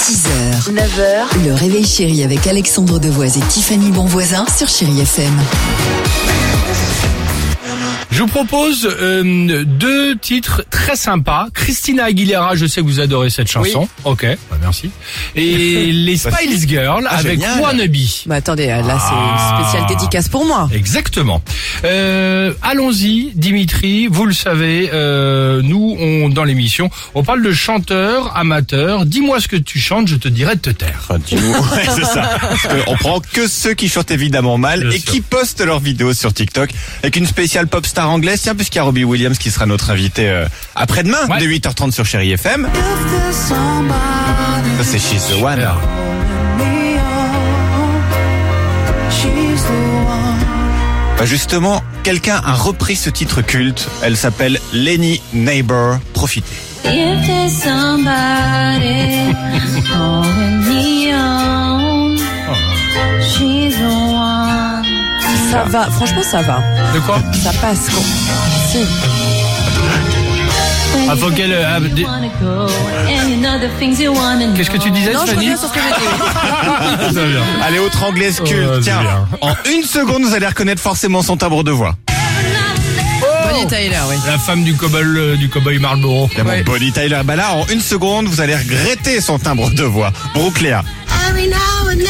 6h, 9h, le réveil chéri avec Alexandre Devoise et Tiffany Bonvoisin sur Chéri FM. Je vous propose deux titres très sympas. Christina Aguilera, je sais que vous adorez cette chanson. Oui. Ok, bah merci. Et les Spice Girls avec Wannabe. Bah attendez, là c'est une spéciale dédicace pour moi. Exactement. Allons-y, Dimitri, vous le savez, nous, dans l'émission, on parle de chanteurs amateurs. Dis-moi ce que tu chantes, je te dirai de te taire. Enfin, dis-moi, ouais, c'est ça. Parce qu'on prend que ceux qui chantent évidemment mal Bien et sûr. Qui postent leurs vidéos sur TikTok avec une spéciale pop star anglaise. Tiens, puisqu'il y a Robbie Williams qui sera notre invité après-demain, dès 8h30 sur Chéri FM. Ça, c'est She's the One. Bah justement, quelqu'un a repris ce titre culte. Elle s'appelle Lenny Neighbor. Profitez. Ça va, franchement ça va. De quoi? Ça passe quoi. Si. Ah, faut qu'elle... Qu'est-ce que tu disais, Non, je Fanny? reviens sur ce que j'ai dit. Allez, autre anglaise culte. Tiens, en une seconde, vous allez reconnaître forcément son timbre de voix. Bonnie Tyler, oui. La femme du cowboy Marlboro. Ouais. Bonnie Tyler. Bah là, en une seconde, vous allez regretter son timbre de voix. Brooke Léa. Oh merde.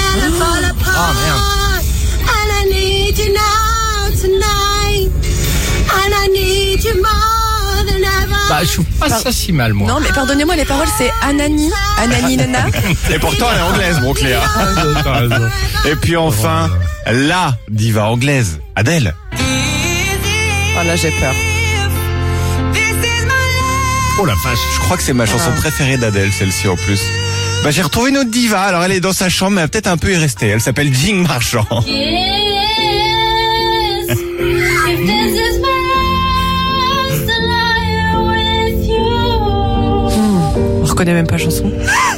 Bah, je trouve pas ça si mal, moi. Non, mais pardonnez-moi, les paroles, c'est Anani Nana. Et pourtant, elle est anglaise, Brooke Léa. Et puis enfin, la diva anglaise, Adèle. Oh là, j'ai peur. Oh la vache. Je crois que c'est ma chanson préférée d'Adèle, celle-ci en plus. Bah, j'ai retrouvé une autre diva. Alors, elle est dans sa chambre, mais elle a peut-être un peu y rester. Elle s'appelle Jing Marchand. On reconnaît même pas la chanson.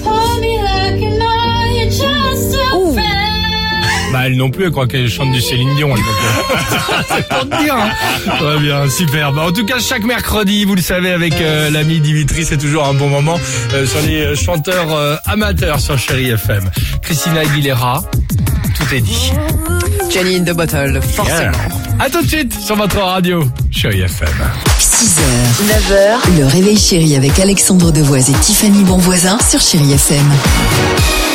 Bah, elle non plus, elle croit qu'elle chante du Céline Dion. C'est pour te dire, hein. Très bien, super. Bah, en tout cas, chaque mercredi, vous le savez, avec l'ami Dimitri, c'est toujours un bon moment sur les chanteurs amateurs sur Chéri FM. Christina Aguilera, tout est dit. Jenny in the Bottle, forcément. À tout de suite sur votre radio, Chéri FM. 6h, 9h, le réveil chéri avec Alexandre Devoise et Tiffany Bonvoisin sur Chéri FM.